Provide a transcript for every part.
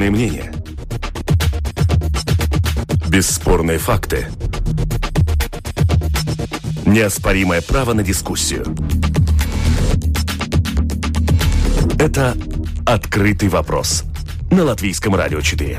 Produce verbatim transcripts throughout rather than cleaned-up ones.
Бесспорные мнения. Бесспорные факты. Неоспоримое право на дискуссию. Это «Открытый вопрос» на Латвийском радио четыре.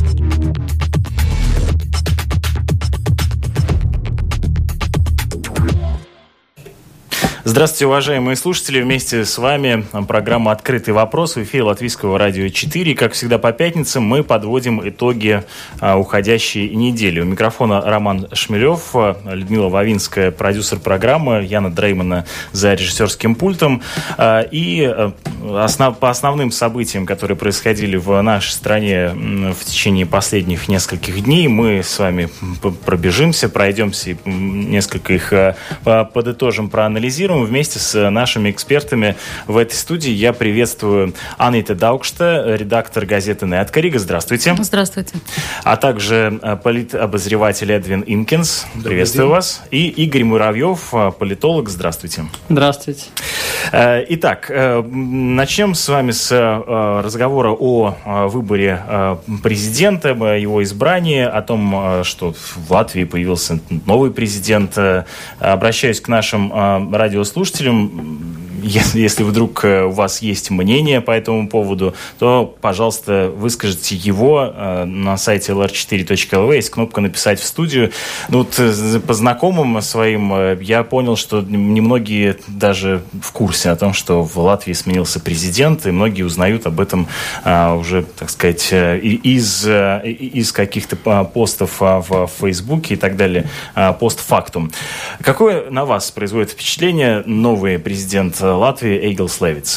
Здравствуйте, уважаемые слушатели. Вместе с вами программа «Открытый вопрос» в эфире Латвийского радио четыре. Как всегда по пятницам мы подводим итоги а, уходящей недели. У микрофона Роман Шмелев, Людмила Вавинская, продюсер программы, Яна Дреймана за режиссерским пультом. А, и а, основ, по основным событиям, которые происходили в нашей стране в течение последних нескольких дней, мы с вами пробежимся, пройдемся и несколько их а, подытожим, проанализируем. Вместе с нашими экспертами в этой студии я приветствую Анита Даукшта, редактор газеты «Неаткарига». Здравствуйте. Здравствуйте. А также политобозреватель Эдвин Инкинс. Приветствую вас. И Игорь Муравьев, политолог. Здравствуйте. Здравствуйте. Итак, начнем с вами с разговора о выборе президента, его избрании, о том, что в Латвии появился новый президент. Обращаюсь к нашим радиослушателям. Если, если вдруг у вас есть мнение по этому поводу, то, пожалуйста, выскажите его э, на сайте эл эр четыре точка эл ви. Есть кнопка «Написать в студию». Ну, вот, по знакомым своим э, я понял, что немногие даже в курсе о том, что в Латвии сменился президент, и многие узнают об этом э, уже, так сказать, э, из, э, из каких-то постов э, в Фейсбуке и так далее, э, постфактум. Какое на вас производит впечатление новый президент Латвии Эйгилс Левитс?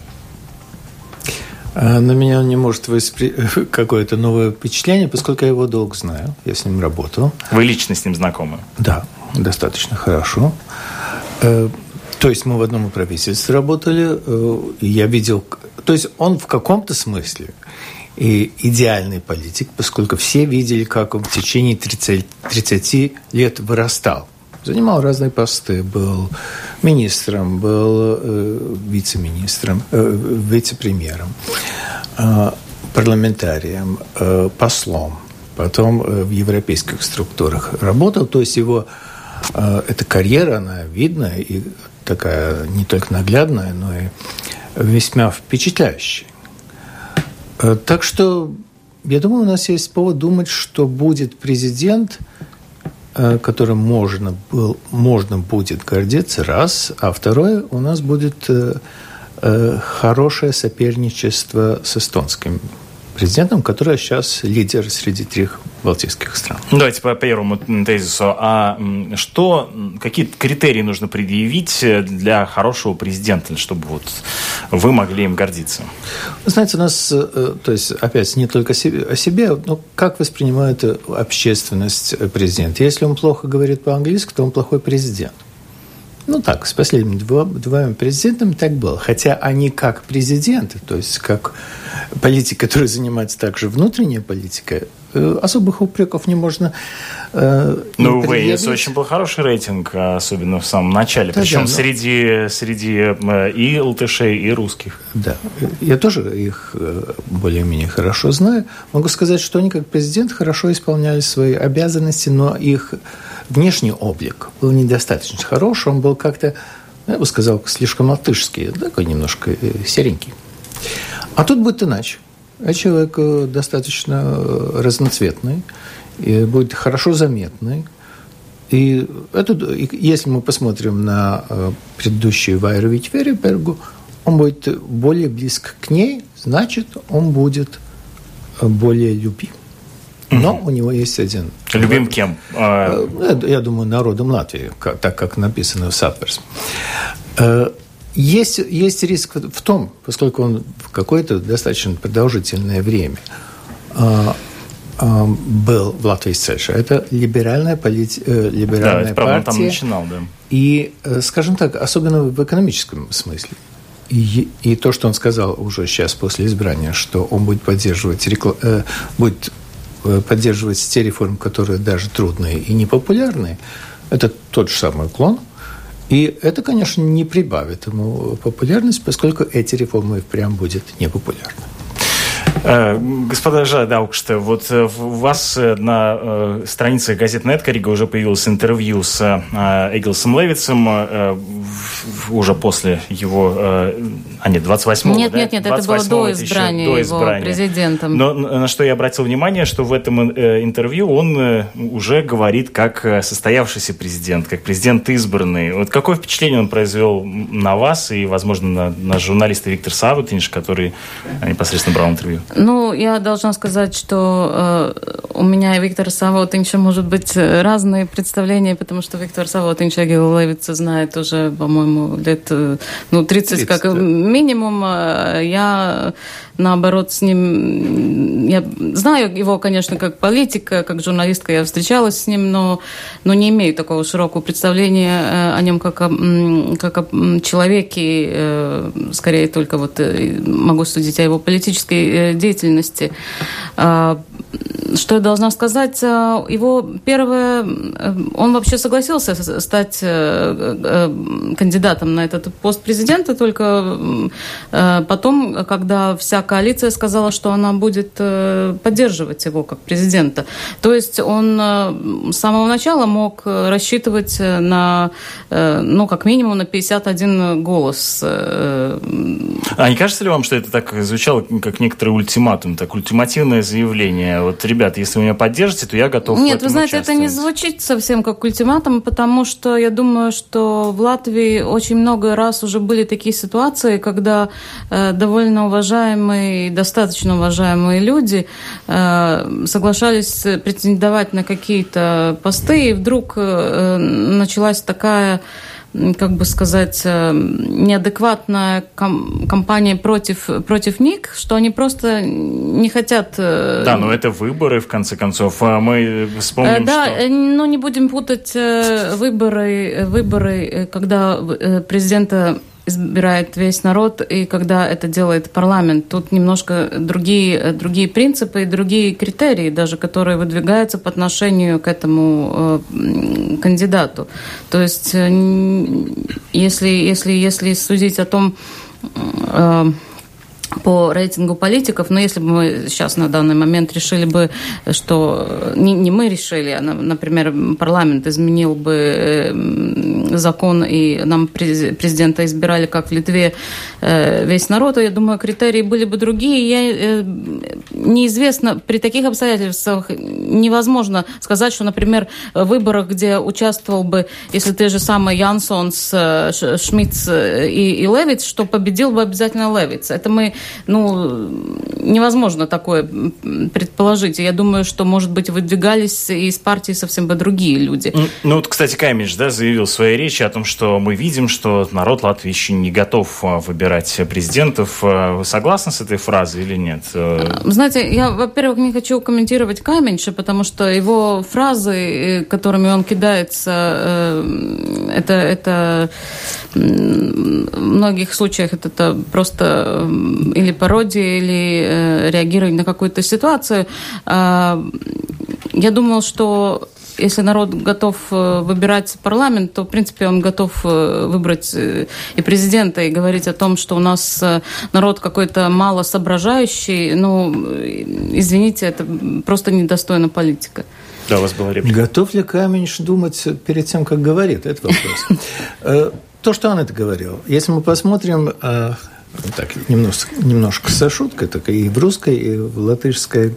На меня он не может вызвать какое-то новое впечатление, поскольку я его долго знаю. Я с ним работал. Вы лично с ним знакомы? Да, достаточно хорошо. То есть мы в одном правительстве работали, и я видел... То есть он в каком-то смысле и идеальный политик, поскольку все видели, как он в течение тридцати лет вырастал. Занимал разные посты, был министром, был э, вице-министром, э, вице-премьером, э, парламентарием, э, послом, потом э, в европейских структурах работал. То есть его э, эта карьера, она видна и такая не только наглядная, но и весьма впечатляющая. Э, так что я думаю, у нас есть повод думать, что будет президент, которым можно, был, можно будет гордиться, раз, а второе, у нас будет э, э, хорошее соперничество с эстонским президентом, который сейчас лидер среди трех балтийских стран. Давайте по первому тезису. А что, какие критерии нужно предъявить для хорошего президента, чтобы вот вы могли им гордиться? Вы знаете, у нас, то есть, опять, не только о себе, но как воспринимает общественность президента. Если он плохо говорит по-английски, то он плохой президент. Ну так, с последними двумя президентами так было. Хотя они как президенты, то есть как политик, который занимается также внутренней политикой, особых упреков не можно э, Ну, у Вейс очень был хороший рейтинг, особенно в самом начале. Да, причем да, среди, но... среди и латышей, и русских. Да, я тоже их более-менее хорошо знаю. Могу сказать, что они как президент хорошо исполняли свои обязанности, но их внешний облик был недостаточно хороший. Он был как-то, я бы сказал, слишком латышский, такой немножко серенький. А тут будет иначе. А человек достаточно разноцветный, и будет хорошо заметный. И это, если мы посмотрим на предыдущую Вайру Витверибергу, он будет более близко к ней, значит, он будет более любим. Но у него есть один... Любим кем? Я думаю, народом Латвии, так как написано в Сапперс. Есть, есть риск в том, поскольку он в какое-то достаточно продолжительное время был в Латвии Сельша. Это либеральная, полити... либеральная да, партия. Он там начинал, да. И, скажем так, особенно в экономическом смысле. И, и то, что он сказал уже сейчас после избрания, что он будет поддерживать, рекл... будет поддерживать те реформы, которые даже трудные и непопулярные, это тот же самый уклон. И это, конечно, не прибавит ему популярность, поскольку эти реформы прям будут непопулярны. Господа Žadaukšte, вот у вас на э, странице газеты «Неткарига» уже появилось интервью с э, Эгилсом Левитсом э, уже после его... Э, а нет, двадцать восьмого, нет, да? Нет, нет, это было до избрания, до избрания его президентом. Но на что я обратил внимание, что в этом э, интервью он э, уже говорит как состоявшийся президент, как президент избранный. Вот какое впечатление он произвел на вас и, возможно, на, на журналиста Виктор Савутинш, который непосредственно брал интервью? Ну, я должна сказать, что э, у меня и Виктора Савутинша может быть разные представления, потому что Виктор Савутинш Эгила Левитса знает уже, по-моему, лет ну, тридцать, тридцать как да. минимум. Я, наоборот, с ним... Я знаю его, конечно, как политика, как журналистка, я встречалась с ним, но, но не имею такого широкого представления о нем как о, как о человеке. Скорее, только вот могу судить о его политической деятельности. Что я должна сказать? Его первое... Он вообще согласился стать кандидатом на этот пост президента, только потом, когда вся коалиция сказала, что она будет поддерживать его как президента. То есть он с самого начала мог рассчитывать на, ну, как минимум, на пятьдесят один голос. А не кажется ли вам, что это так звучало, как некоторый ультиматум, так ультимативное заявление? Вот, ребят, если вы меня поддержите, то я готов в этом Нет, вы знаете, это не звучит совсем как ультиматум, потому что я думаю, что в Латвии очень много раз уже были такие ситуации, когда э, довольно уважаемые, достаточно уважаемые люди э, соглашались претендовать на какие-то посты, и вдруг э, началась такая, как бы сказать, неадекватная ком- кампания против, против них, что они просто не хотят... Да, но это выборы, в конце концов. Мы вспомним, да, что... но не будем путать выборы, выборы, когда президента избирает весь народ, и когда это делает парламент. Тут немножко другие, другие принципы и другие критерии, даже которые выдвигаются по отношению к этому э, кандидату. То есть, э, если, если, если судить о том, э, по рейтингу политиков, но если бы мы сейчас на данный момент решили бы, что не, не мы решили, а, например, парламент изменил бы закон, и нам президента избирали, как в Литве, весь народ, то, я думаю, критерии были бы другие. Я, неизвестно, при таких обстоятельствах невозможно сказать, что, например, в выборах, где участвовал бы, если ты же самый Янсонс, Шмидц и, и Левитс, что победил бы обязательно Левитс. Это мы Ну, невозможно такое предположить. Я думаю, что, может быть, выдвигались из партии совсем бы другие люди. Ну, вот, кстати, Каминш, да, заявил в своей речи о том, что мы видим, что народ Латвии еще не готов выбирать президентов. Вы согласны с этой фразой или нет? Знаете, я, во-первых, не хочу комментировать Каминша, потому что его фразы, которыми он кидается, это, это в многих случаях это просто или пародия, или э, реагировать на какую-то ситуацию. Э, я думал, что если народ готов выбирать парламент, то, в принципе, он готов выбрать и президента, и говорить о том, что у нас народ какой-то мало соображающий. Ну, извините, это просто недостойно политика. Да, у вас была реплика. Готов ли Каминш думать перед тем, как говорит? Это вопрос. То, что он это говорил. Если мы посмотрим... Так, немножко, немножко со шуткой, так и в русской, и в латышской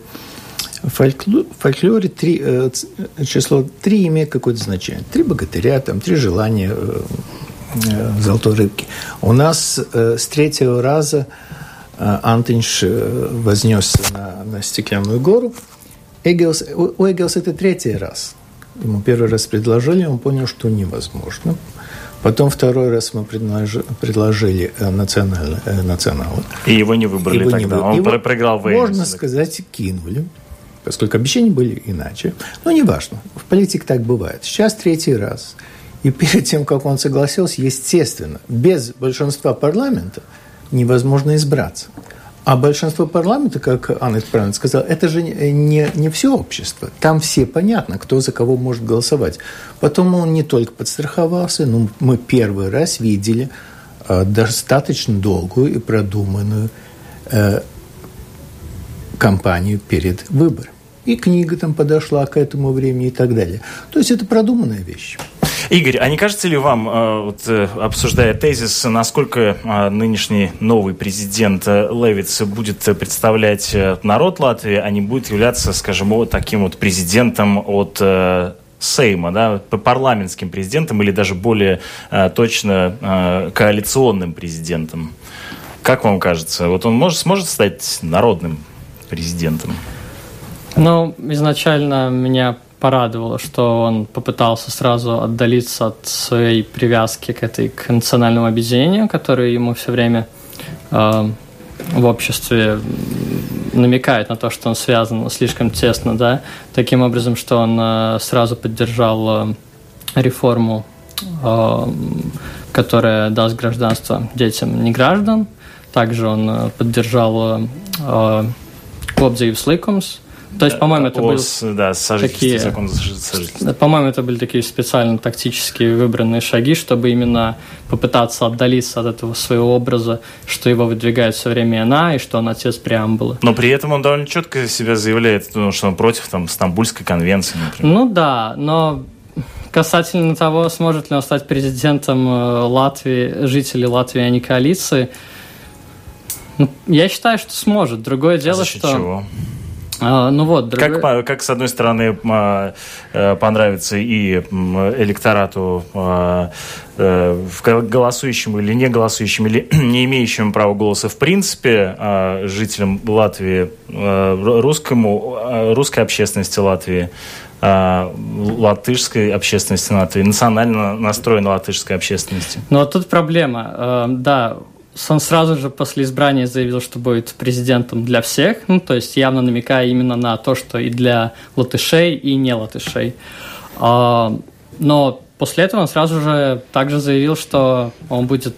фольклоре три, число три имеет какое-то значение. Три богатыря, там, три желания золотой рыбки. У нас с третьего раза Антониш вознесся на, на стеклянную гору. Эгилс, у Эгилса это третий раз. Ему первый раз предложили, он понял, что невозможно. Потом второй раз мы предложили, предложили национал, националы. И его не выбрали его тогда. Не вы... Он его, проиграл в Можно так сказать, кинули, поскольку обещания были иначе. Но неважно. В политике так бывает. Сейчас третий раз. И перед тем, как он согласился, естественно, без большинства парламента невозможно избраться. А большинство парламента, как Анна правильно сказала, это же не, не все общество. Там все понятно, кто за кого может голосовать. Потом он не только подстраховался, но мы первый раз видели э, достаточно долгую и продуманную э, кампанию перед выборами. И книга там подошла к этому времени и так далее. То есть это продуманная вещь. Игорь, а не кажется ли вам, вот, обсуждая тезис, насколько нынешний новый президент Левитс будет представлять народ Латвии, а не будет являться, скажем, вот таким вот президентом от Сейма, да, парламентским президентом или даже более точно коалиционным президентом? Как вам кажется, вот он может, сможет стать народным президентом? Ну, изначально меня порадовало, что он попытался сразу отдалиться от своей привязки к этой к национальному объединению, которое ему все время э, в обществе намекает на то, что он связан слишком тесно, да, таким образом, что он э, сразу поддержал э, реформу, э, которая даст гражданство детям неграждан. Также он э, поддержал э, Kopdzīves likums. То есть, по-моему, это были да, такие, закон по-моему, это были такие специально тактические выбранные шаги, чтобы именно попытаться отдалиться от этого своего образа, что его выдвигает все время она, и что он отец преамбулы. Но при этом он довольно четко себя заявляет, что он против там, Стамбульской конвенции, например. Ну да, но касательно того, сможет ли он стать президентом Латвии, жителей Латвии, а не коалиции, я считаю, что сможет. Другое дело, а за счет что... чего? А, ну вот, другой... как, как, с одной стороны, понравится и электорату, голосующим или не голосующим, или не имеющим права голоса в принципе, жителям Латвии, русскому, русской общественности Латвии, латышской общественности Латвии, национально настроенной латышской общественности. Ну вот тут проблема. Да, он сразу же после избрания заявил, что будет президентом для всех, ну, то есть явно намекая именно на то, что и для латышей, и не латышей. Но после этого он сразу же также заявил, что он будет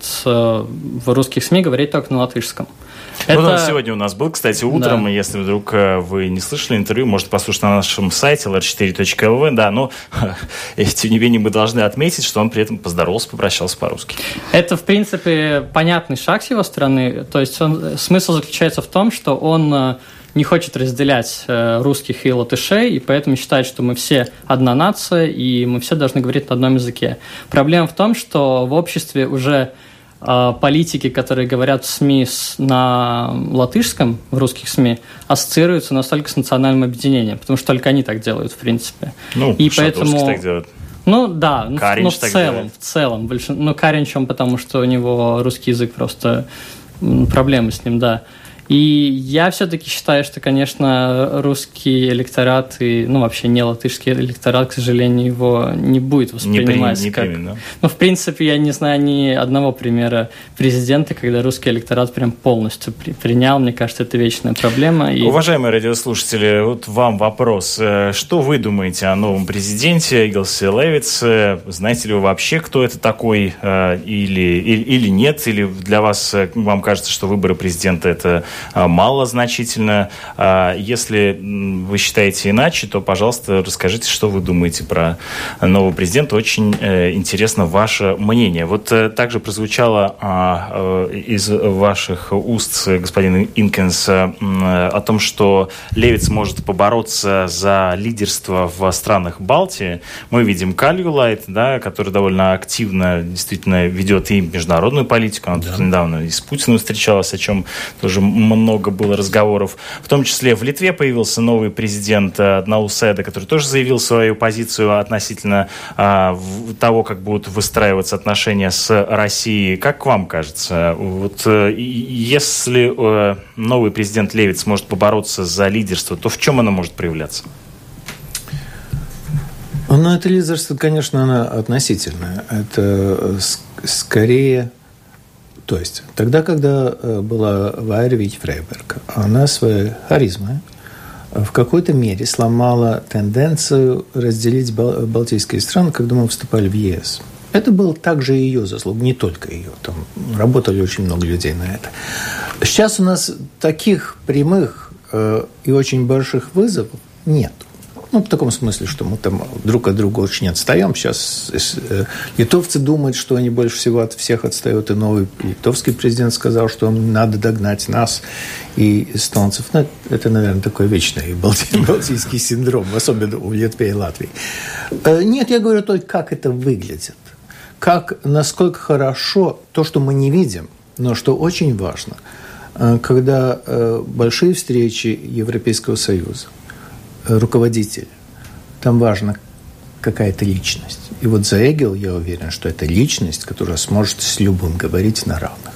в русских СМИ говорить только на латышском. Это... Вот он сегодня у нас был, кстати, утром, да. Если вдруг вы не слышали интервью, можете послушать на нашем сайте эл эр четыре точка эл ви, да, но тем не менее мы должны отметить, что он при этом поздоровался, попрощался по-русски. Это, в принципе, понятный шаг с его стороны, то есть он, смысл заключается в том, что он не хочет разделять русских и латышей, и поэтому считает, что мы все одна нация, и мы все должны говорить на одном языке. Проблема в том, что в обществе уже политики, которые говорят в СМИ на латышском, в русских СМИ, ассоциируются настолько с национальным объединением, потому что только они так делают, в принципе. Ну, и Шадовский поэтому... так делает. Ну да, Каринч но в так целом, делает. в целом, больш... ну Каринч, он потому что у него русский язык просто проблемы с ним, да. И я все-таки считаю, что, конечно, русский электорат и, ну, вообще не латышский электорат, к сожалению, его не будет воспринимать не при, не как... примет, да? Ну, в принципе, я не знаю ни одного примера президента, когда русский электорат прям полностью при... принял. Мне кажется, это вечная проблема. И... Уважаемые радиослушатели, вот вам вопрос. Что вы думаете о новом президенте Игорсе Левитсе? Знаете ли вы вообще, кто это такой? Или, или, или нет? Или для вас, вам кажется, что выборы президента – это малозначительно. Если вы считаете иначе, то, пожалуйста, расскажите, что вы думаете про нового президента. Очень интересно ваше мнение. Вот также прозвучало из ваших уст, господин Инкенс, о том, что Левитс может побороться за лидерство в странах Балтии. Мы видим Кальюлайт, да, который довольно активно действительно ведет и международную политику. Она да. тут недавно и с Путиным встречалась, о чем тоже много было разговоров. В том числе в Литве появился новый президент Науседа, который тоже заявил свою позицию относительно а, того, как будут выстраиваться отношения с Россией. Как вам кажется, вот, если а, новый президент Левитс сможет побороться за лидерство, то в чем оно может проявляться? Ну, это лидерство, конечно, оно относительное. Это скорее... То есть, тогда, когда была Вайра Фрейберг, она своей харизмой в какой-то мере сломала тенденцию разделить балтийские страны, когда мы вступали в е эс. Это было также ее заслуга, не только ее. Там работали очень много людей на это. Сейчас у нас таких прямых и очень больших вызовов нет. Ну, в таком смысле, что мы там друг от друга очень отстаем. Сейчас литовцы думают, что они больше всего от всех отстают. И новый литовский президент сказал, что надо догнать нас и эстонцев. Ну, это, наверное, такой вечный балтийский синдром, особенно у Литвы и Латвии. Нет, я говорю только, как это выглядит. Как, насколько хорошо то, что мы не видим, но что очень важно, когда большие встречи Европейского Союза, руководитель, там важна какая-то личность. И вот Заегел, я уверен, что это личность, которая сможет с любым говорить на равных.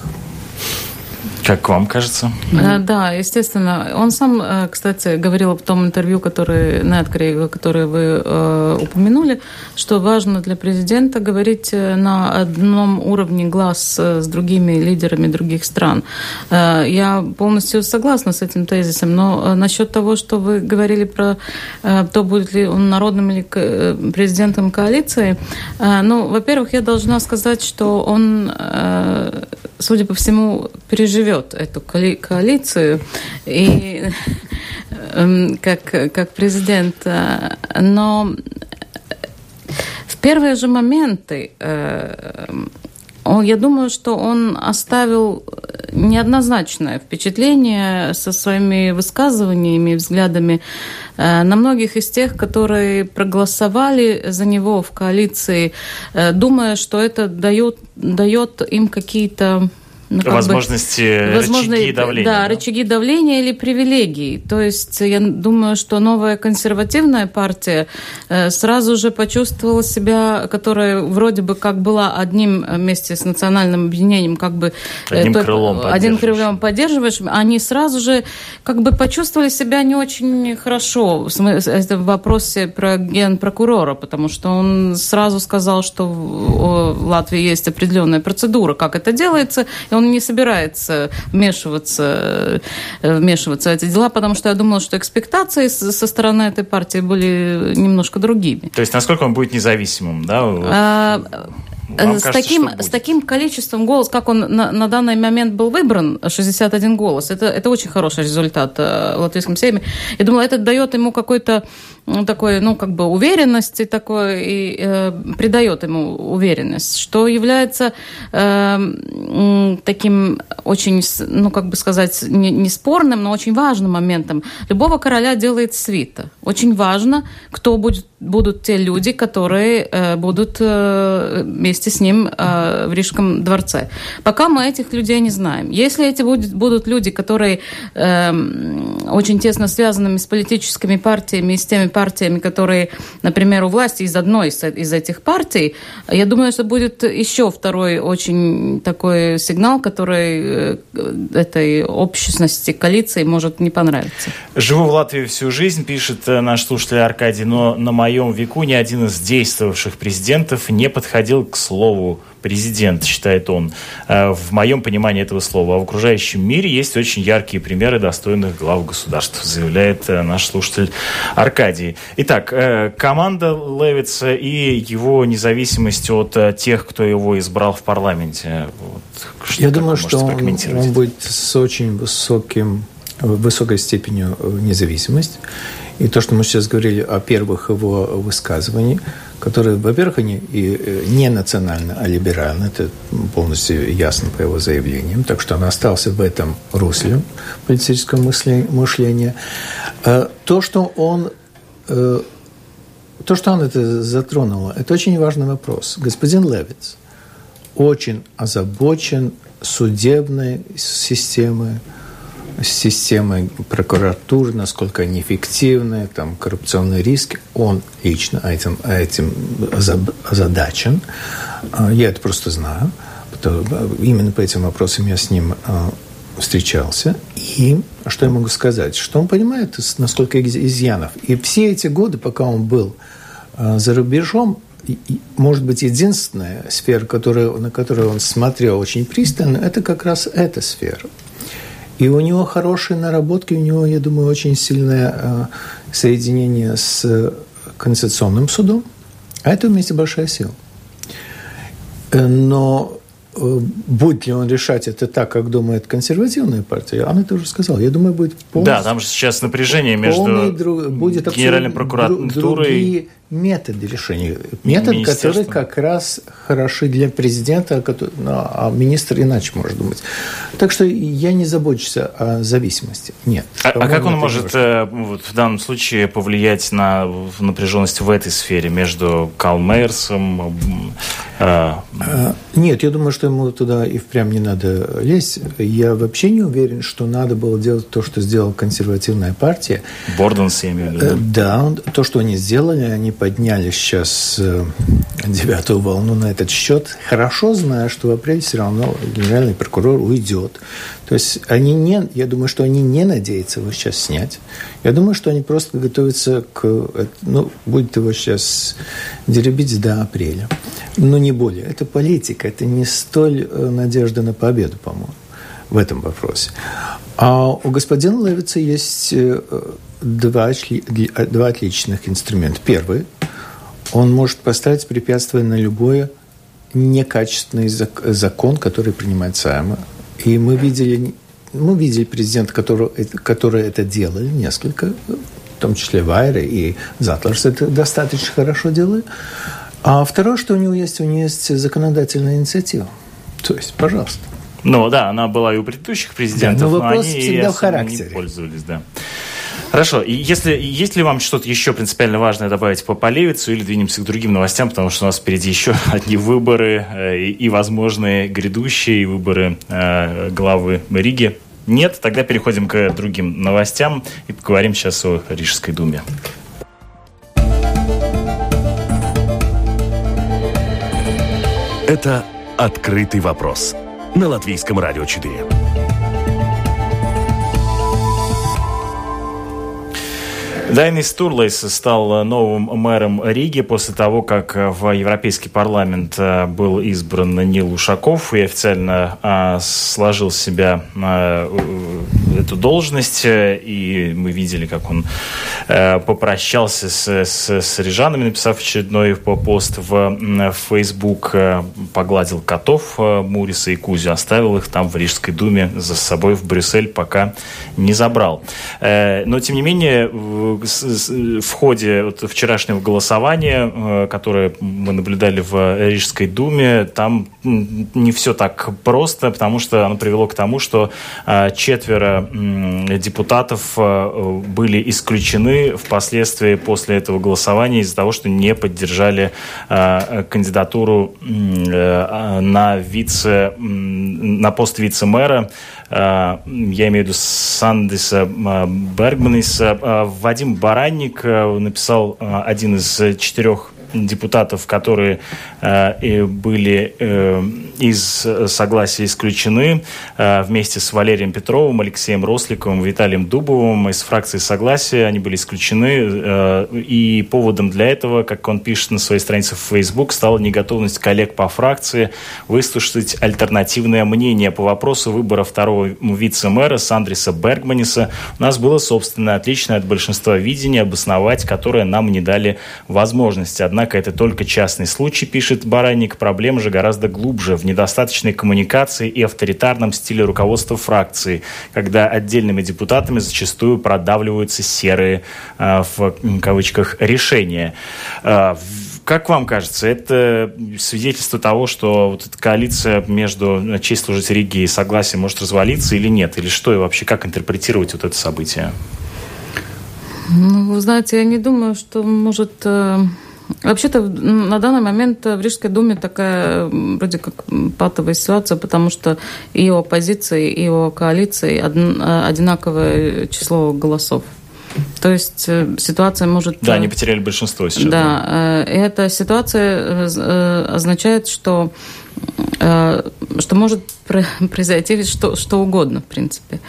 Как вам кажется? Да, естественно. Он сам, кстати, говорил в том интервью, который, которое вы э, упомянули, что важно для президента говорить на одном уровне глаз с другими лидерами других стран. Э, я полностью согласна с этим тезисом, но насчет того, что вы говорили про э, то, будет ли он народным или президентом коалиции, э, ну, во-первых, я должна сказать, что он, э, судя по всему, переживет эту коалицию и как, как президент. Но в первые же моменты он, я думаю, что он оставил неоднозначное впечатление со своими высказываниями и взглядами на многих из тех, которые проголосовали за него в коалиции, думая, что это дает, дает им какие-то Ну, возможности, бы, возможно, рычаги давления. Да, да, рычаги давления или привилегий. То есть я думаю, что новая консервативная партия сразу же почувствовала себя, которая вроде бы как была одним вместе с национальным объединением, как бы одним той, крылом одним крылом поддерживаешь, они сразу же как бы почувствовали себя не очень хорошо в вопросе про генпрокурора, потому что он сразу сказал, что в Латвии есть определенная процедура, как это делается, и он не собирается вмешиваться, вмешиваться в эти дела, потому что я думала, что экспектации со стороны этой партии были немножко другими. То есть насколько он будет независимым, да? А, Вам с, кажется, таким, с таким количеством голосов, как он на, на данный момент был выбран, шестьдесят один голос, это, это очень хороший результат в латвийском сейме. Я думала, это дает ему какой-то такой, ну, как бы уверенности такой, и э, придает ему уверенность, что является э, таким очень, ну, как бы сказать, не, не спорным, но очень важным моментом. Любого короля делает свита. Очень важно, кто будет, будут те люди, которые э, будут э, вместе с ним э, в Рижском дворце. Пока мы этих людей не знаем. Если эти будет, будут люди, которые э, очень тесно связаны с политическими партиями и с теми партиями, которые, например, у власти из одной из, из этих партий, я думаю, что будет еще второй очень такой сигнал, который этой общественности, коалиции может не понравиться. Живу в Латвии всю жизнь, пишет наш слушатель Аркадий, но на моем веку ни один из действовавших президентов не подходил к слову президент, считает он, в моем понимании этого слова. А в окружающем мире есть очень яркие примеры достойных глав государств, заявляет наш слушатель Аркадий. Итак, команда Левитса и его независимость от тех, кто его избрал в парламенте. Вот, что Я думаю, что он, он будет с очень высоким, высокой степенью независимости. И то, что мы сейчас говорили о первых его высказываниях, которые, во-первых, они и не национально, а либерально, это полностью ясно по его заявлениям, так что он остался в этом русле политического мышления. То, что он, то, что он это затронул, это очень важный вопрос. Господин Левитс очень озабочен судебной системой, системой прокуратуры, насколько они эффективны, там, коррупционные риски. Он лично этим, этим озадачен. Я это просто знаю. Именно по этим вопросам я с ним встречался. И что я могу сказать? Что он понимает, насколько изъянов. И все эти годы, пока он был за рубежом, может быть, единственная сфера, которую, на которую он смотрел очень пристально, это как раз эта сфера. И у него хорошие наработки, у него, я думаю, очень сильное э, соединение с Конституционным судом. А это вместе большая сила. Но будет ли он решать это так, как думает консервативная партия, она тоже сказала. Я думаю, будет полностью... Да, там же сейчас напряжение между друг, будет Генеральной прокуратурой... Другие методы решения. Метод, который как раз хороши для президента, который, ну, а министр иначе может думать. Так что я не забочусь о зависимости. Нет. А, а как он может вот, в данном случае повлиять на напряженность в этой сфере между Карл Мейерсом? Э... Нет, я думаю, что ему туда и впрямь не надо лезть. Я вообще не уверен, что надо было делать то, что сделала консервативная партия. Борденс, я имею в виду. Да, то, что они сделали, они подняли сейчас девятую волну на этот счет, хорошо зная, что в апреле все равно генеральный прокурор уйдет. То есть они не, я думаю, что они не надеются его сейчас снять. Я думаю, что они просто готовятся к... Ну, будет его сейчас деребить до апреля. Но не более. Это политика, это не столь надежда на победу, по-моему, в этом вопросе. А у господина Левица есть два, два отличных инструмента. Первый. Он может поставить препятствие на любой некачественный закон, который принимает Сайма. И мы видели, мы видели президента, который, который это делали, несколько, в том числе Вайре и Затлерс это достаточно хорошо делают. А второе, что у него есть, у него есть законодательная инициатива. То есть, пожалуйста. Ну да, она была и у предыдущих президентов, да, но, но вопрос они всегда в характере. Не пользовались, да. Хорошо. И если, есть ли вам что-то еще принципиально важное добавить по Левицу, или двинемся к другим новостям, потому что у нас впереди еще одни выборы э, и, и возможные грядущие выборы э, главы Риги? Нет? Тогда переходим к другим новостям и поговорим сейчас о Рижской думе. Это «Открытый вопрос» на Латвийском радио четыре. Дайнис Турлейс стал новым мэром Риги после того, как в Европейский парламент был избран Нил Ушаков и официально а, сложил с себя а, эту должность. И мы видели, как он а, попрощался с, с, с рижанами, написав очередной пост в, в Facebook, погладил котов Муриса и Кузю, оставил их там в Рижской думе за собой в Брюссель, пока не забрал. Но, тем не менее, в ходе вот вчерашнего голосования, которое мы наблюдали в Рижской думе, там не все так просто, потому что оно привело к тому, что четверо депутатов были исключены впоследствии после этого голосования из-за того, что не поддержали кандидатуру на вице, на пост вице-мэра. Я имею в виду Сандриса Бергманиса. Вадим Баранник написал, один из четырех депутатов, которые э, были э, из согласия исключены, э, вместе с Валерием Петровым, Алексеем Росликовым, Виталием Дубовым из фракции согласия, они были исключены. Э, и поводом для этого, как он пишет на своей странице в Facebook, стала неготовность коллег по фракции выслушать альтернативное мнение по вопросу выбора второго вице-мэра Сандриса Бергманиса. У нас было собственное, отличное от большинства видение, обосновать которое нам не дали возможности. Однако Однако это только частный случай, пишет Баранник. Проблема же гораздо глубже в недостаточной коммуникации и авторитарном стиле руководства фракции, когда отдельными депутатами зачастую продавливаются серые, э, в кавычках, решения. Э, Как вам кажется, это свидетельство того, что вот эта коалиция между «Честь служить Риге» и «Согласие» может развалиться или нет? Или что, и вообще как интерпретировать вот это событие? Ну, вы знаете, я не думаю, что может... Вообще-то на данный момент в Рижской думе такая вроде как патовая ситуация, потому что и у оппозиции, и у коалиции одинаковое число голосов. То есть ситуация может... Да, они потеряли большинство сейчас. Да, и эта ситуация означает, что, что может произойти что, что угодно, в принципе,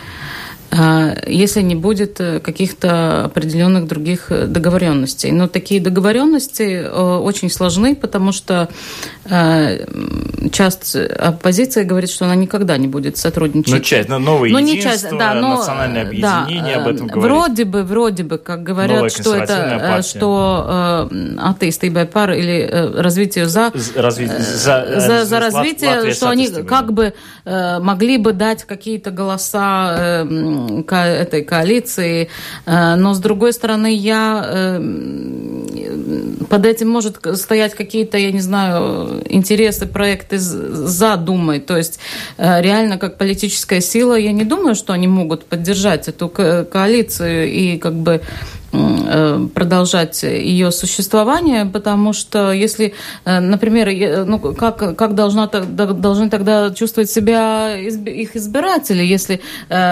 если не будет каких-то определенных других договоренностей. Но такие договоренности очень сложны, потому что часть оппозиции говорит, что она никогда не будет сотрудничать. Ну, часть, но новое но единство, не часть, да, но, национальное объединение да, об этом говорит. Вроде бы, вроде бы, как говорят, что это, что атеистыбай пар или развитие за, Разви... за, за, за развитие, что они как бы могли бы дать какие-то голоса этой коалиции, но с другой стороны, я под этим может стоять какие-то, я не знаю, интересы, проекты за Думой. То есть реально как политическая сила, я не думаю, что они могут поддержать эту коалицию и как бы продолжать ее существование, потому что если, например, ну, как, как должна, должны тогда чувствовать себя их избиратели, если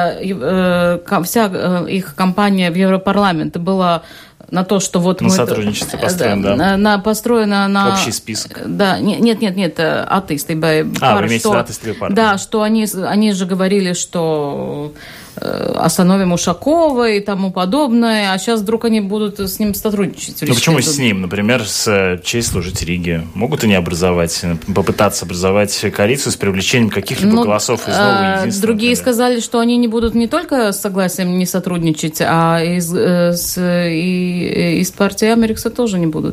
вся их кампания в Европарламенте была на то, что вот на мы... сотрудничество построено, да. На, на, построено на... Общий список. Да, нет, нет, нет, атеистыбай пар. А, вы имеете в виду атеистыбай пар. Да, что они, они же говорили, что остановим Ушакова и тому подобное, а сейчас вдруг они будут с ним сотрудничать. Ну почему с ним? Например, с «Честь служить Риге». Могут они образовать, попытаться образовать коалицию с привлечением каких-либо ну, голосов из нового единства? Другие например. Сказали, что они не будут не только с согласием не сотрудничать, а из, с, и, из партии Америкса тоже не будут.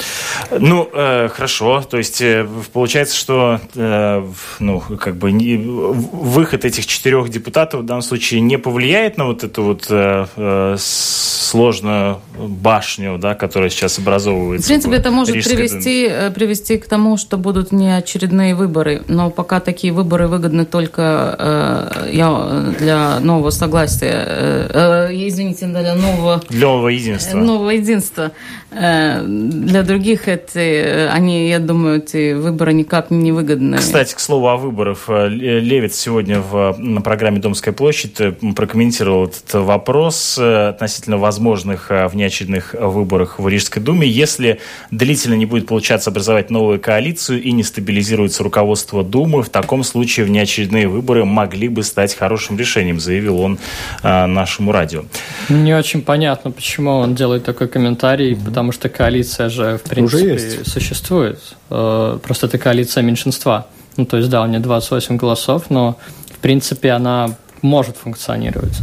Ну, э, хорошо. То есть, э, получается, что э, ну, как бы не, выход этих четырех депутатов в данном случае не повлияет на вот эту вот э, э, сложную башню, да, которая сейчас образовывается. В принципе, это может привести, привести к тому, что будут не очередные выборы. Но пока такие выборы выгодны только э, я, для нового согласия, э, э, извините, для нового... Для нового единства. Нового единства. Э, для других это, они, я думаю, эти выборы никак не выгодны. Кстати, к слову о выборах. Левит сегодня в, на программе «Домская площадь» прокомментировал этот вопрос относительно возможных внеочередных выборах в Рижской думе. Если длительно не будет получаться образовать новую коалицию и не стабилизируется руководство Думы, в таком случае внеочередные выборы могли бы стать хорошим решением, заявил он нашему радио. Не очень понятно, почему он делает такой комментарий, mm-hmm. потому что коалиция же, в принципе, существует. Просто это коалиция меньшинства. Ну, то есть, да, у нее двадцать восемь голосов, но, в принципе, она может функционировать.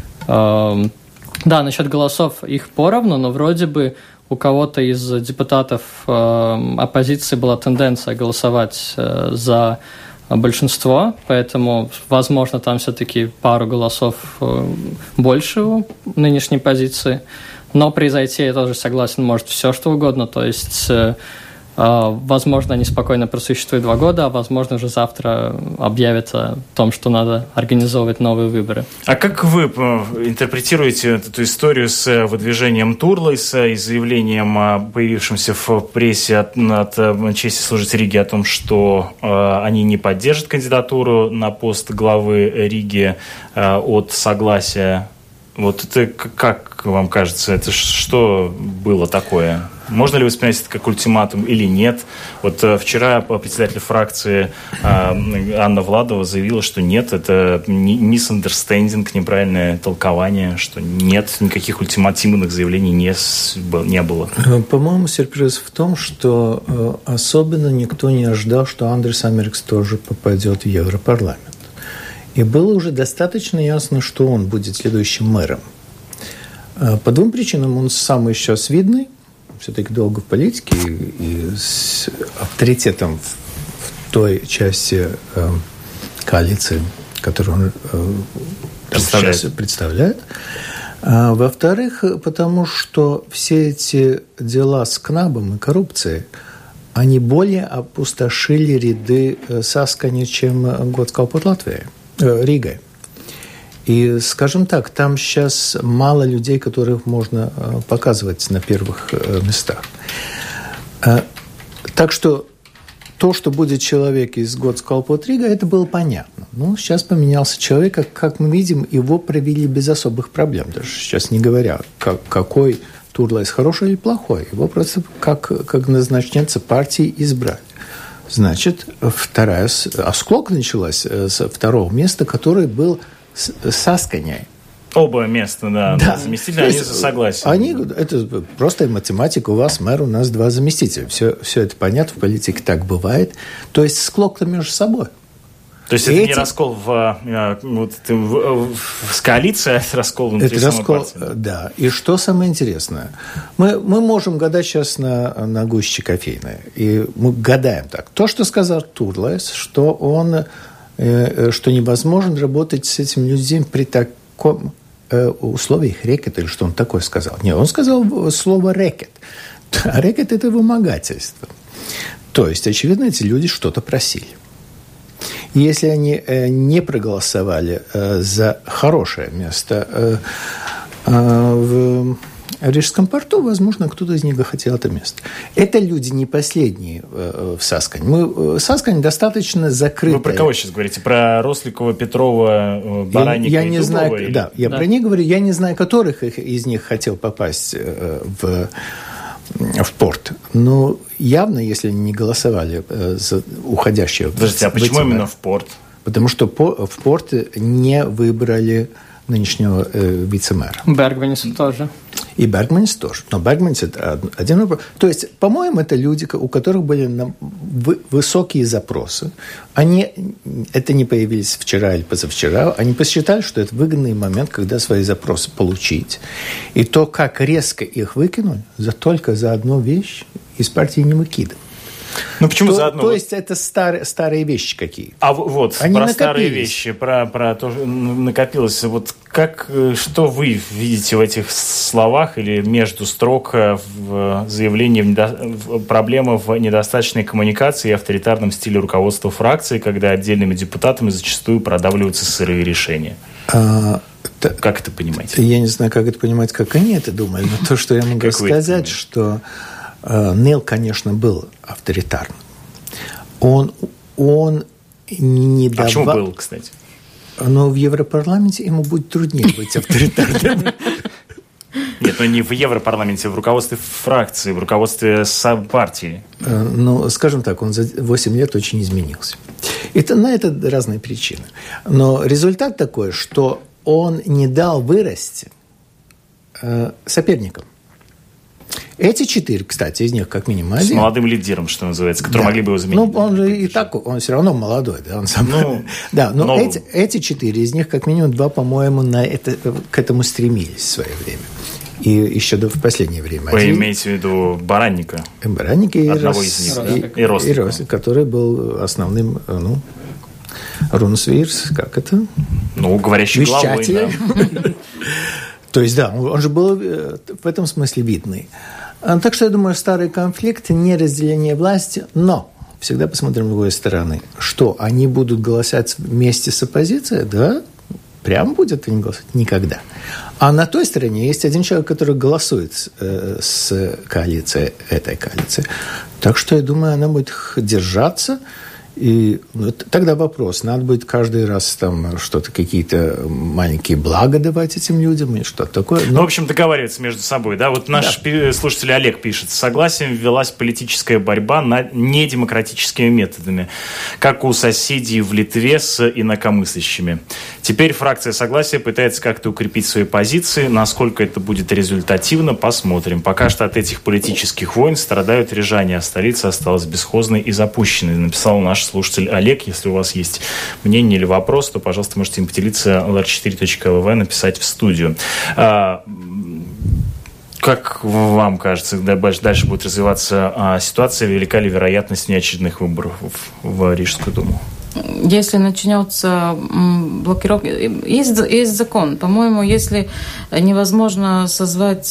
Да, насчет голосов их поровну, но вроде бы у кого-то из депутатов оппозиции была тенденция голосовать за большинство, поэтому, возможно, там все-таки пару голосов больше у нынешней позиции. Но произойти, я тоже согласен, может все что угодно. То есть, э, возможно, они спокойно просуществуют два года, а возможно, уже завтра объявят о том, что надо организовывать новые выборы. А как вы интерпретируете эту историю с выдвижением Турлайса и заявлением, появившимся в прессе от, от «Чести служить Риге» о том, что э, они не поддержат кандидатуру на пост главы Риги э, от согласия? Вот это как вам кажется, это что было такое? Можно ли воспринять это как ультиматум или нет? Вот вчера председатель фракции Анна Владова заявила, что нет, это misunderstanding, неправильное толкование, что нет, никаких ультимативных заявлений не, не было. По-моему, сюрприз в том, что особенно никто не ожидал, что Андрес Америкс тоже попадет в Европарламент. И было уже достаточно ясно, что он будет следующим мэром. По двум причинам. Он самый сейчас видный, все-таки долго в политике, и с авторитетом в той части коалиции, которую он представляет. сейчас представляет. Во-вторых, потому что все эти дела с КНАБом и коррупцией, они более опустошили ряды Саскани, чем Готскалпот Латвии. Рига. И, скажем так, там сейчас мало людей, которых можно показывать на первых местах. Так что то, что будет человек из Готскалпот Рига, это было понятно. Но сейчас поменялся человек, как мы видим, его провели без особых проблем. Даже сейчас не говоря, как, какой Турлайс, хороший или плохой. Его просто как, как назначенца партии избрали. Значит, вторая осклок началась с второго места, который был Сасканей. Оба места, да, да. заместителя, они согласны. Они, это просто математика, у вас мэр, у нас два заместителя. Все, все это понятно, в политике так бывает. То есть склок-то между собой. То есть Эти... это не раскол в, вот, в, в, в коалиции, а это раскол внутри это самой раскол, партии. Да. И что самое интересное? Мы, мы можем гадать сейчас на, на гуще кофейной. И мы гадаем так. То, что сказал Турлайс, что он, э, что невозможно работать с этими людьми при таком э, условиях рэкет, или что он такое сказал. Нет, он сказал слово рэкет. А рэкет – это вымогательство. То есть, очевидно, эти люди что-то просили. Если они не проголосовали за хорошее место в Рижском порту, возможно, кто-то из них хотел это место. Это люди не последние в Саскане. Мы, Саскань достаточно закрытая. Вы про кого сейчас говорите? Про Росликова, Петрова, Баранника я, я и не Дубова? знаю, или... Да, я да. про них говорю. Я не знаю, которых из них хотел попасть в... в порт. Но явно, если они не голосовали за уходящего... Подождите, а почему вице-мэра, именно в порт? Потому что по, в порт не выбрали нынешнего э, вице-мэра. Бергманис тоже. И Бергманис тоже. Но Бергманис – это один вопрос. То есть, по-моему, это люди, у которых были высокие запросы. Они, это не появились вчера или позавчера. Они посчитали, что это выгодный момент, когда свои запросы получить. И то, как резко их выкинули, за, только за одну вещь из партии не выкидывали. Ну, почему то, заодно? То есть, это старые, старые вещи какие-то. А вот, Они про накопились. старые вещи, про, про то, что накопилось. Вот как, что вы видите в этих словах или между строк в заявлении в недо... проблема в недостаточной коммуникации и авторитарном стиле руководства фракции, когда отдельными депутатами зачастую продавливаются сырые решения? А... Как это понимаете? Я не знаю, как это понимать, как они это думали, но то, что я могу сказать, что Нил, конечно, был авторитарным. Он, он не давал... А почему был, кстати? Но в Европарламенте ему будет труднее быть авторитарным. Нет, но не в Европарламенте, в руководстве фракции, в руководстве партии. Ну, скажем так, он за восемь лет очень изменился. Это, на это разные причины. Но результат такой, что он не дал вырасти э, соперникам. Эти четыре, кстати, из них как минимум один. С молодым лидером, что называется, которые да. могли бы его заменить. Ну, он же и так, он все равно молодой, да, он сам. Ну, да, но, но... Эти, эти четыре, из них как минимум два, по-моему, на это, к этому стремились в свое время. И еще до, в последнее время. Вы один, имеете в виду Баранника? Баранника и одного Рос, из них. И, и, и Росликова. который был основным, ну, Рунсвирс, как это? Ну, говорящий головой, да. То есть, да, он же был в этом смысле видный. Так что, я думаю, старый конфликт, не разделение власти, но всегда посмотрим с другой стороны. Что, они будут голосовать вместе с оппозицией? Да, прямо будет они голосовать? Никогда. А на той стороне есть один человек, который голосует с, с коалицией, этой коалицией. Так что, я думаю, она будет держаться. И ну, тогда вопрос, надо будет каждый раз там что-то, какие-то маленькие блага давать этим людям, и что-то такое. Но... Ну, в общем, договариваться между собой, да? Вот наш да. слушатель Олег пишет, с согласием велась политическая борьба над недемократическими методами, как у соседей в Литве с инакомыслящими. Теперь фракция Согласия пытается как-то укрепить свои позиции, насколько это будет результативно, посмотрим. Пока что от этих политических войн страдают рижане, а столица осталась бесхозной и запущенной, написал наш слушатель Олег. Если у вас есть мнение или вопрос, то, пожалуйста, можете им поделиться эл эр четыре точка эл ви, написать в студию. А, как вам кажется, дальше будет развиваться а, ситуация? Велика ли вероятность неочередных выборов в, в Рижскую думу? Если начнется блокировка... Есть, есть закон. По-моему, если невозможно созвать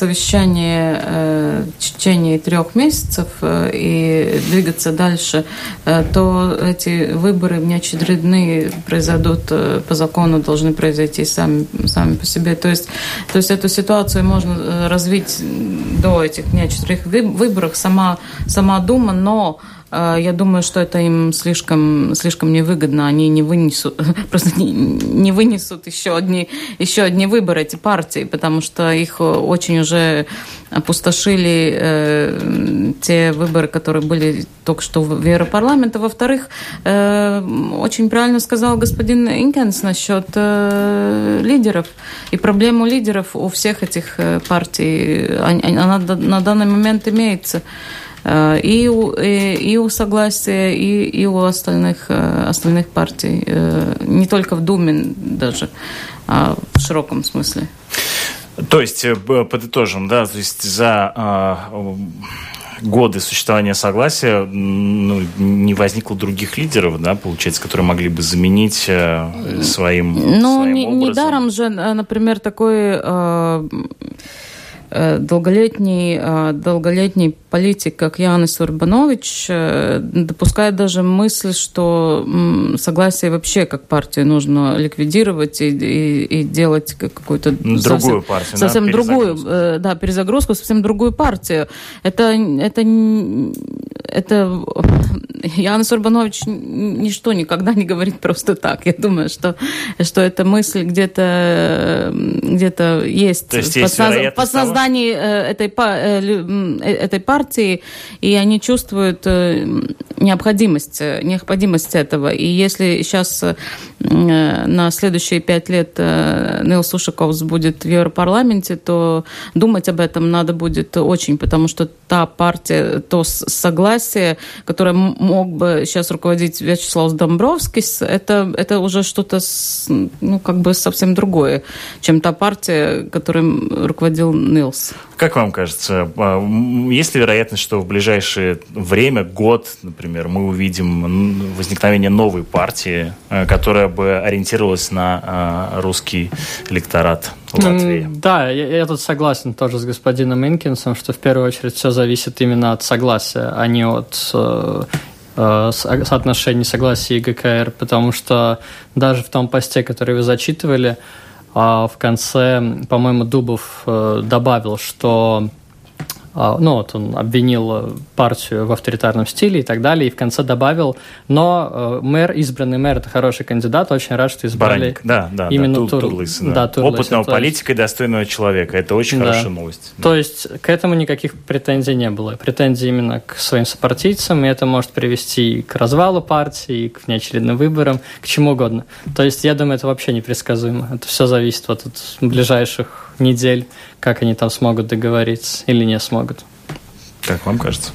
совещание в течение трех месяцев и двигаться дальше, то эти выборы внеочередные произойдут по закону, должны произойти сами, сами по себе. То есть, то есть эту ситуацию можно развить до этих внеочередных выборов, сама, сама Дума, но Я думаю, что это им слишком, слишком невыгодно. Они не вынесут, просто не, не вынесут еще одни, еще одни выборы, эти партии, потому что их очень уже опустошили э, те выборы, которые были только что в Европарламент. А во-вторых, э, очень правильно сказал господин Инкенс насчет э, лидеров. И проблему лидеров у всех этих партий, она на данный момент имеется. И у, и, и у Согласия, и, и у остальных, остальных партий. Не только в Думе даже, а в широком смысле. То есть, подытожим, да, то есть за а, годы существования Согласия ну, не возникло других лидеров, да, получается, которые могли бы заменить а, своим, ну, своим не, образом? Недаром же, например, такой... А, Долголетний, долголетний политик, как Янис Урбанович, допускает даже мысль, что Согласие вообще как партию нужно ликвидировать и, и, и делать какую-то... Другую совсем, партию, совсем да, другую, перезагрузку. Да, перезагрузку, совсем другую партию. Это... это Это Янис Урбанович ничто никогда не говорит просто так. Я думаю, что, что эта мысль где-то, где-то есть, есть в, есть подсоз... в подсознании этой, этой партии, и они чувствуют необходимость, необходимость этого. И если сейчас на следующие пять лет Нилс Ушаковс будет в Европарламенте, то думать об этом надо будет очень, потому что та партия, то согласие, которое мог бы сейчас руководить Вячеслав Домбровскис, это, это уже что-то, ну, как бы совсем другое, чем та партия, которой руководил Нилс. Как вам кажется, есть ли вероятность, что в ближайшее время, год, например, мы увидим возникновение новой партии, которая бы ориентировалась на русский электорат Латвии? Да, я, я тут согласен тоже с господином Инкинсом, что в первую очередь все зависит именно от согласия, а не от э, э, соотношений согласия и ГКР, потому что даже в том посте, который вы зачитывали, а в конце, по-моему, Дубов э, добавил, что э, ну, вот он обвинил партию в авторитарном стиле и так далее, и в конце добавил, но э, мэр, избранный мэр, это хороший кандидат, очень рад, что избрали Баранник, да, да, именно да, Тур, Тур, Турлис, да. Да, Турлис, опытного то политика и достойного человека. Это очень да. хорошая новость. То есть к этому никаких претензий не было. Претензий именно к своим сопартийцам, и это может привести к развалу партии, к внеочередным выборам, к чему угодно. То есть я думаю, это вообще непредсказуемо. Это все зависит вот от ближайших недель, как они там смогут договориться или не смогут. Как вам кажется?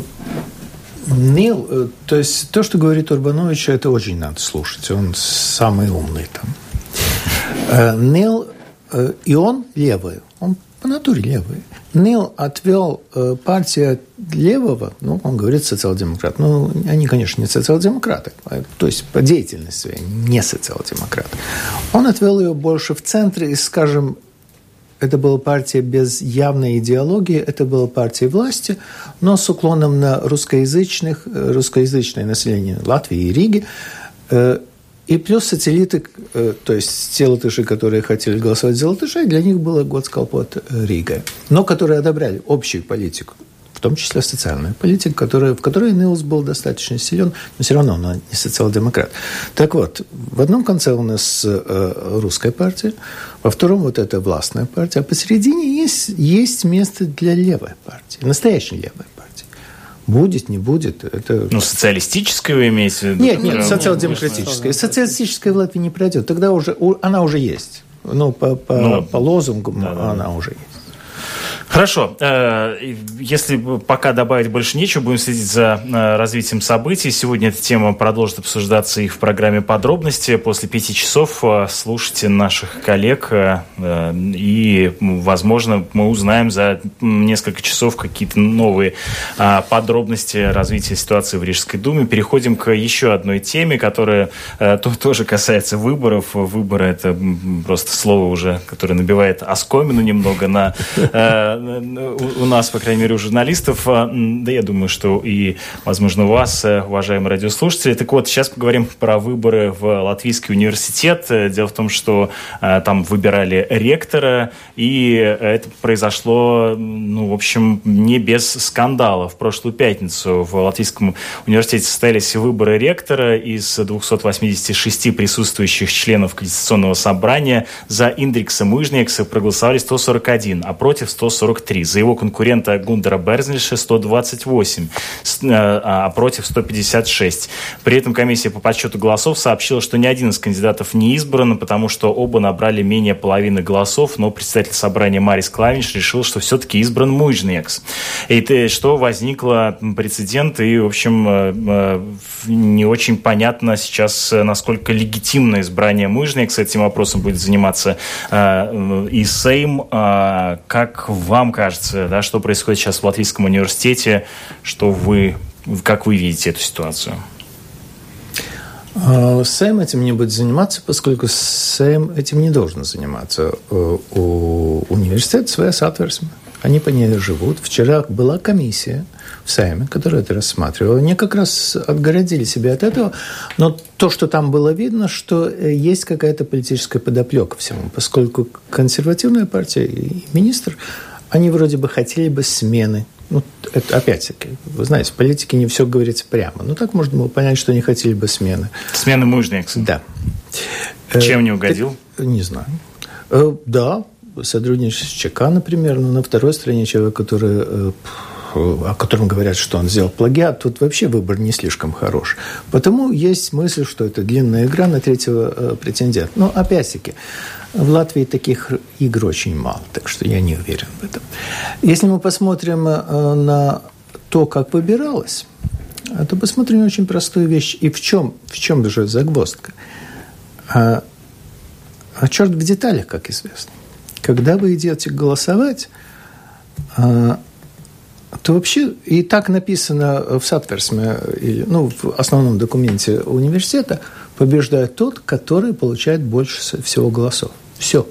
Нил, то есть то, что говорит Урбанович, это очень надо слушать. Он самый умный там. Нил, и он левый, он по натуре левый. Нил отвел партию от левого, ну, он говорит социал-демократ. Ну, они, конечно, не социал-демократы, то есть по деятельности своей не социал-демократы. Он отвел ее больше в центр и, скажем, это была партия без явной идеологии, это была партия власти, но с уклоном на русскоязычных, русскоязычное население Латвии и Риги. И плюс сателлиты, то есть те латыши, которые хотели голосовать за латышей, для них было Готскалпот Рига, но которые одобряли общую политику, в том числе социальную политику, которая, в которой Нилс был достаточно силен, но все равно он не социал-демократ. Так вот, в одном конце у нас э, русская партия, во втором вот эта властная партия, а посередине есть, есть место для левой партии, настоящей левой партии. Будет, не будет, это... Ну, социалистическое вы имеете в виду? Нет, нет, социал-демократическое. Социалистическая в Латвии не пройдет, тогда уже, она уже есть. Ну, по, по, ну, по лозунгам да, да, она да. уже есть. Хорошо. Если пока добавить больше нечего, будем следить за развитием событий. Сегодня эта тема продолжит обсуждаться и в программе «Подробности». После пяти часов слушайте наших коллег, и, возможно, мы узнаем за несколько часов какие-то новые подробности развития ситуации в Рижской думе. Переходим к еще одной теме, которая тоже касается выборов. Выборы – это просто слово уже, которое набивает оскомину немного на у нас, по крайней мере, у журналистов, да я думаю, что и, возможно, у вас, уважаемые радиослушатели. Так вот, сейчас поговорим про выборы в Латвийский университет. Дело в том, что там выбирали ректора, и это произошло, ну, в общем, не без скандала. В прошлую пятницу в Латвийском университете состоялись выборы ректора. Из двухсот восьмидесяти шести присутствующих членов Конституционного собрания за Индрикса Мужниекса проголосовали сто сорок один, а против сто сорок три. За его конкурента Гундера Берзнельша сто двадцать восемь, а против сто пятьдесят шесть. При этом комиссия по подсчету голосов сообщила, что ни один из кандидатов не избран, потому что оба набрали менее половины голосов, но председатель собрания Марис Клавинш решил, что все-таки избран Мужниекс. И что возникло прецедент, и, в общем, не очень понятно сейчас, насколько легитимно избрание Мужниекса. Этим вопросом будет заниматься и Сейм. Как вам кажется, да, что происходит сейчас в Латвийском университете, что вы, как вы видите эту ситуацию? Сейм этим не будет заниматься, поскольку Сейм этим не должен заниматься. У университета своя сатверсме. Они по ней живут. Вчера была комиссия в Сейме, которая это рассматривала. Они как раз отгородили себя от этого. Но то, что там было видно, что есть какая-то политическая подоплека всему. Поскольку консервативная партия и министр, они вроде бы хотели бы смены. Ну, это, опять-таки, вы знаете, в политике не все говорится прямо. Но так можно было понять, что они хотели бы смены. Смены Мужниекса? Да. Чем не угодил? Не знаю. Да, сотрудничать с ЧК, например, но на второй стороне человек, который, о котором говорят, что он сделал плагиат, тут вообще выбор не слишком хорош. Потому есть мысль, что это длинная игра на третьего претендента. Но, опять-таки, в Латвии таких игр очень мало, так что я не уверен в этом. Если мы посмотрим на то, как выбиралось, то посмотрим на очень простую вещь. И в чем, в чем же загвоздка? А, а черт в деталях, как известно. Когда вы идете голосовать, а, то вообще и так написано в сатверсме, ну, в основном документе университета, побеждает тот, который получает больше всего голосов. Все.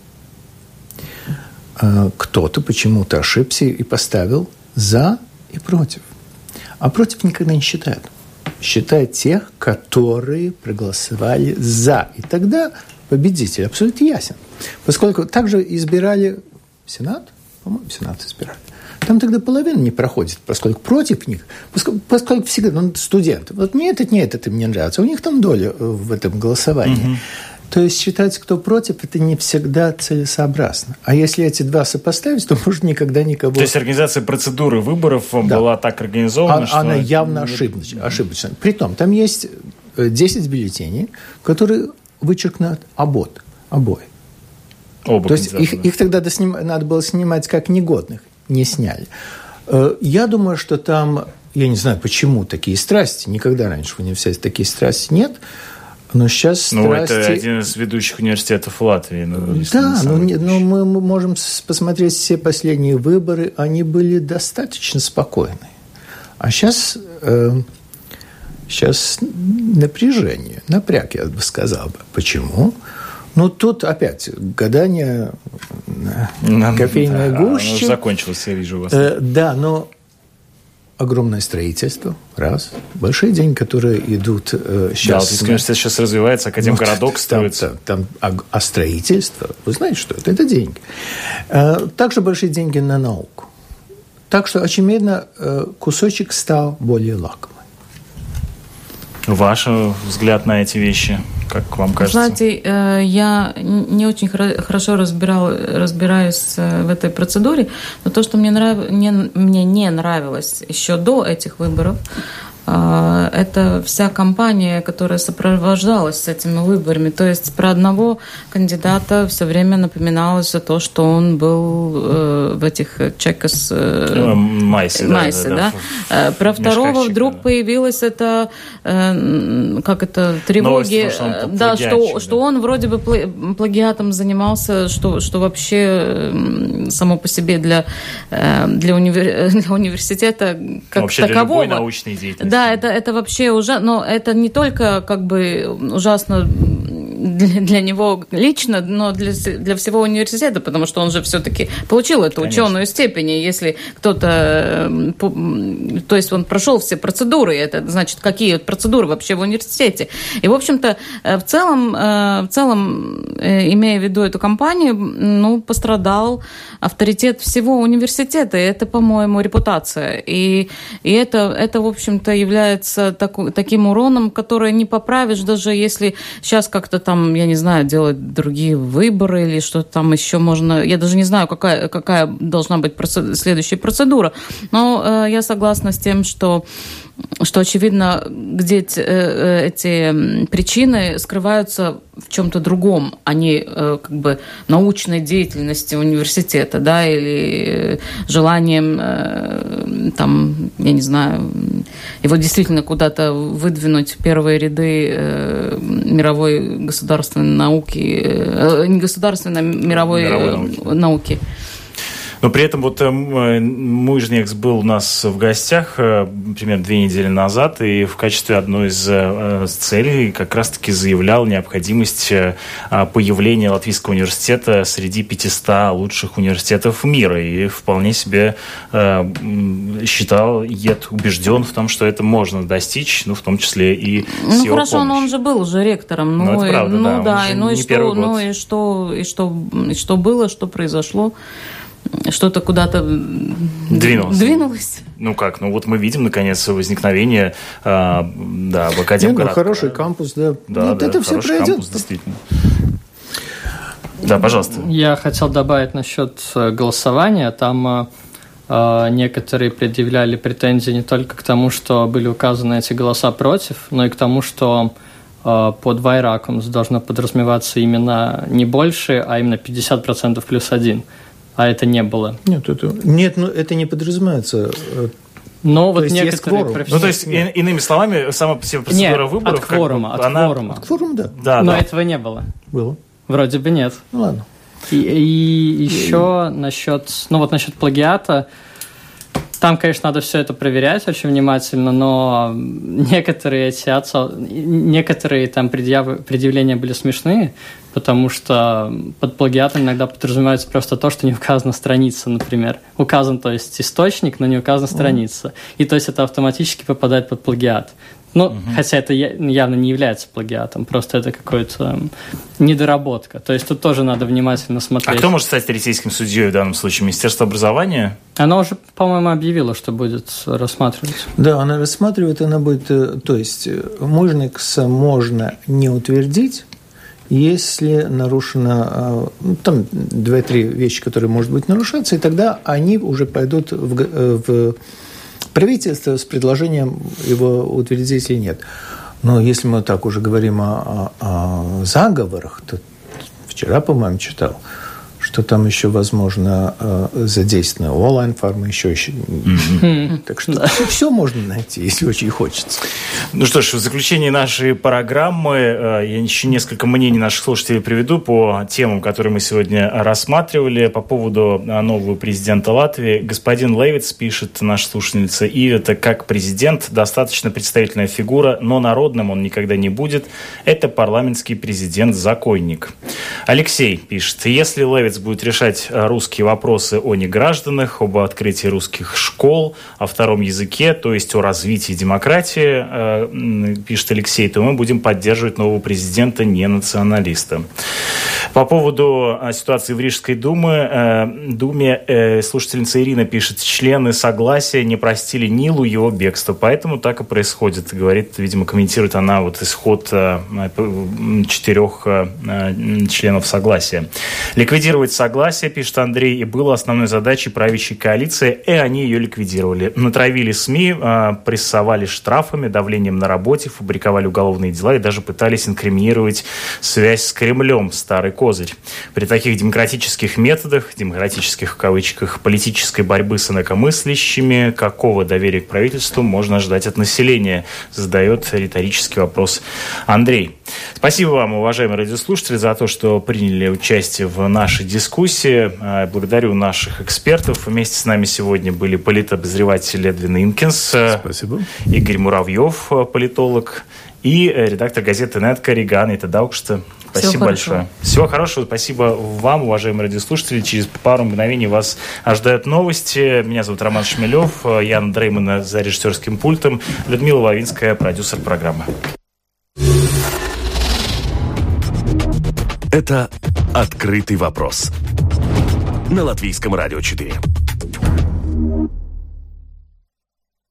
Кто-то почему-то ошибся и поставил «за» и «против». А «против» никогда не считают. Считают тех, которые проголосовали «за». И тогда победитель абсолютно ясен. Поскольку также избирали Сенат, по-моему, Сенат избирали. Там тогда половина не проходит, поскольку против них, поскольку, поскольку всегда, ну, студенты, вот мне этот, не этот, им не нравится, у них там доля в этом голосовании. Угу. То есть считать, кто против, это не всегда целесообразно. А если эти два сопоставить, то, может, никогда никого... То есть организация процедуры выборов да. была так организована, а, что... Она явно ошибочна. ошибочна. Притом, там есть десять бюллетеней, которые вычеркнут обод, обои. Оба То есть их, да. их тогда надо было снимать как негодных. Не сняли. Я думаю, что там, я не знаю, почему такие страсти, никогда раньше в университете такие страсти нет, но сейчас ну, страсти... это один из ведущих университетов Латвии. Ну, да, но, но мы можем посмотреть все последние выборы, они были достаточно спокойны. А сейчас, э, сейчас напряжение, напряг, я бы сказал. Почему? Ну, тут опять гадание на кофейной гуще. Оно закончилось, я вижу у вас. Э, да, но огромное строительство, раз. Большие деньги, которые идут э, сейчас. Да, Латвийский университет сейчас развивается, Академгородок ну, строится. Там, там, а строительство, вы знаете, что это? Это деньги. Э, также большие деньги на науку. Так что, очевидно, э, кусочек стал более лакомым. Ваш взгляд на эти вещи, как вам кажется? Знаете, я не очень хорошо разбирал, разбираюсь в этой процедуре, но то, что мне, нрав... не, мне не нравилось еще до этих выборов, это вся кампания, которая сопровождалась с этими выборами. То есть про одного кандидата все время напоминалось то, что он был в этих чекас... Майсе, Майсе, да, да, да. Про второго вдруг да. появилась это, как это, тревоги, Новость, да, что, да. что он вроде бы плагиатом занимался, что, что вообще само по себе для, для, универ... для университета как вообще такового... для любой научной деятельности. Да, это, это вообще ужасно, но это не только как бы ужасно для, для него лично, но для, для всего университета, потому что он же все-таки получил эту Конечно. ученую степень. И если кто-то... То есть он прошел все процедуры, это значит, какие процедуры вообще в университете. И, в общем-то, в целом, в целом, имея в виду эту кампанию, ну, пострадал авторитет всего университета. И это, по-моему, репутация. И, и это, это, в общем-то, является так, таким уроном, который не поправишь, даже если сейчас как-то там, я не знаю, делать другие выборы или что-то там еще можно. Я даже не знаю, какая, какая должна быть процедура, следующая процедура. Но э, я согласна с тем, что что, очевидно, где эти причины скрываются в чем-то другом, а не как бы научной деятельности университета, да, или желанием, там, я не знаю, его действительно куда-то выдвинуть в первые ряды мировой государственной науки, не государственной, а мировой, мировой науки. науки. Но при этом вот Мужникс был у нас в гостях примерно две недели назад, и в качестве одной из целей как раз-таки заявлял необходимость появления Латвийского университета среди пятисот лучших университетов мира. И вполне себе считал, Ед убежден в том, что это можно достичь, ну, в том числе и ну, с его хорошо, помощью. Но он же был уже ректором. Ну, ну это правда, и, ну, да. да и, ну, и что, ну и что, и что, и что было, что произошло. Что-то куда-то двинулось. двинулось. Ну как, ну вот мы видим, наконец, возникновение а, да, в Академгородке. Ну, хороший кампус, да. Да, Нет, да, это все пройдет. Кампус, действительно. Да, пожалуйста. Я хотел добавить насчет голосования. Там э, некоторые предъявляли претензии не только к тому, что были указаны эти голоса против, но и к тому, что э, под вайракумс должно подразумеваться именно не больше, а именно пятьдесят процентов плюс один. А это не было. Нет, это, нет, ну, это не подразумевается. Но вот некоторые профессионалы... Ну, то есть, и, иными словами, сама по себе процедура нет, выборов... от кворума, как бы, от она... кворума. От кворума, да. да Но да. этого не было. Было. Вроде бы нет. Ну, ладно. И, и еще и... насчет... Ну, вот насчет плагиата... Там, конечно, надо все это проверять очень внимательно, но некоторые эти отцов... некоторые там предъяв... предъявления были смешные, потому что под плагиатом иногда подразумевается просто то, что не указана страница, например. Указан, то есть, источник, но не указана страница. И то есть это автоматически попадает под плагиат. Ну, угу. Хотя это явно не является плагиатом, просто это какая-то недоработка. То есть тут тоже надо внимательно смотреть. А кто может стать третейским судьей в данном случае? Министерство образования? Оно уже, по-моему, объявило, что будет рассматривать. Да, она рассматривает, она будет... То есть Мужникса можно не утвердить, если нарушено... Там две-три вещи, которые, может быть, нарушаться, и тогда они уже пойдут в... в правительство с предложением его утвердить или нет. Но если мы так уже говорим о, о, о заговорах, то вчера, по-моему, читал, что там еще, возможно, задействовано онлайн-фарма, еще, еще. Mm-hmm. Так что да. все можно найти, если очень хочется. Ну что ж, в заключении нашей программы я еще несколько мнений наших слушателей приведу по темам, которые мы сегодня рассматривали. По поводу нового президента Латвии. Господин Левиц, пишет наша слушательница, и это как президент достаточно представительная фигура, но народным он никогда не будет. Это парламентский президент-законник. Алексей пишет, если Левиц будет решать русские вопросы о негражданах, об открытии русских школ, о втором языке, то есть о развитии демократии, пишет Алексей, то мы будем поддерживать нового президента, не националиста. По поводу ситуации в Рижской думе, думе слушательница Ирина пишет, члены Согласия не простили Нилу его бегство, поэтому так и происходит, говорит, видимо, комментирует она вот исход четырех членов Согласия. Ликвидировать Согласие, пишет Андрей, и было основной задачей правящей коалиции, и они ее ликвидировали. Натравили СМИ, прессовали штрафами, давлением на работе, фабриковали уголовные дела и даже пытались инкриминировать связь с Кремлем, старый козырь. При таких демократических методах, демократических в кавычках, политической борьбы с инакомыслящими, какого доверия к правительству можно ждать от населения? Задает риторический вопрос Андрей. Спасибо вам, уважаемые радиослушатели, за то, что приняли участие в нашей дискуссии. Благодарю наших экспертов. Вместе с нами сегодня были политобозреватель Эдвин Инкинс, Спасибо. Игорь Муравьев, политолог, и редактор газеты «Нет» Кариган. Это Даукшта. Спасибо Всего большое. хорошего. Всего хорошего. Спасибо вам, уважаемые радиослушатели. Через пару мгновений вас ожидают новости. Меня зовут Роман Шмелев. Яна Дреймана за режиссерским пультом. Людмила Вавинская, продюсер программы. Это «Открытый вопрос» на Латвийском радио четыре.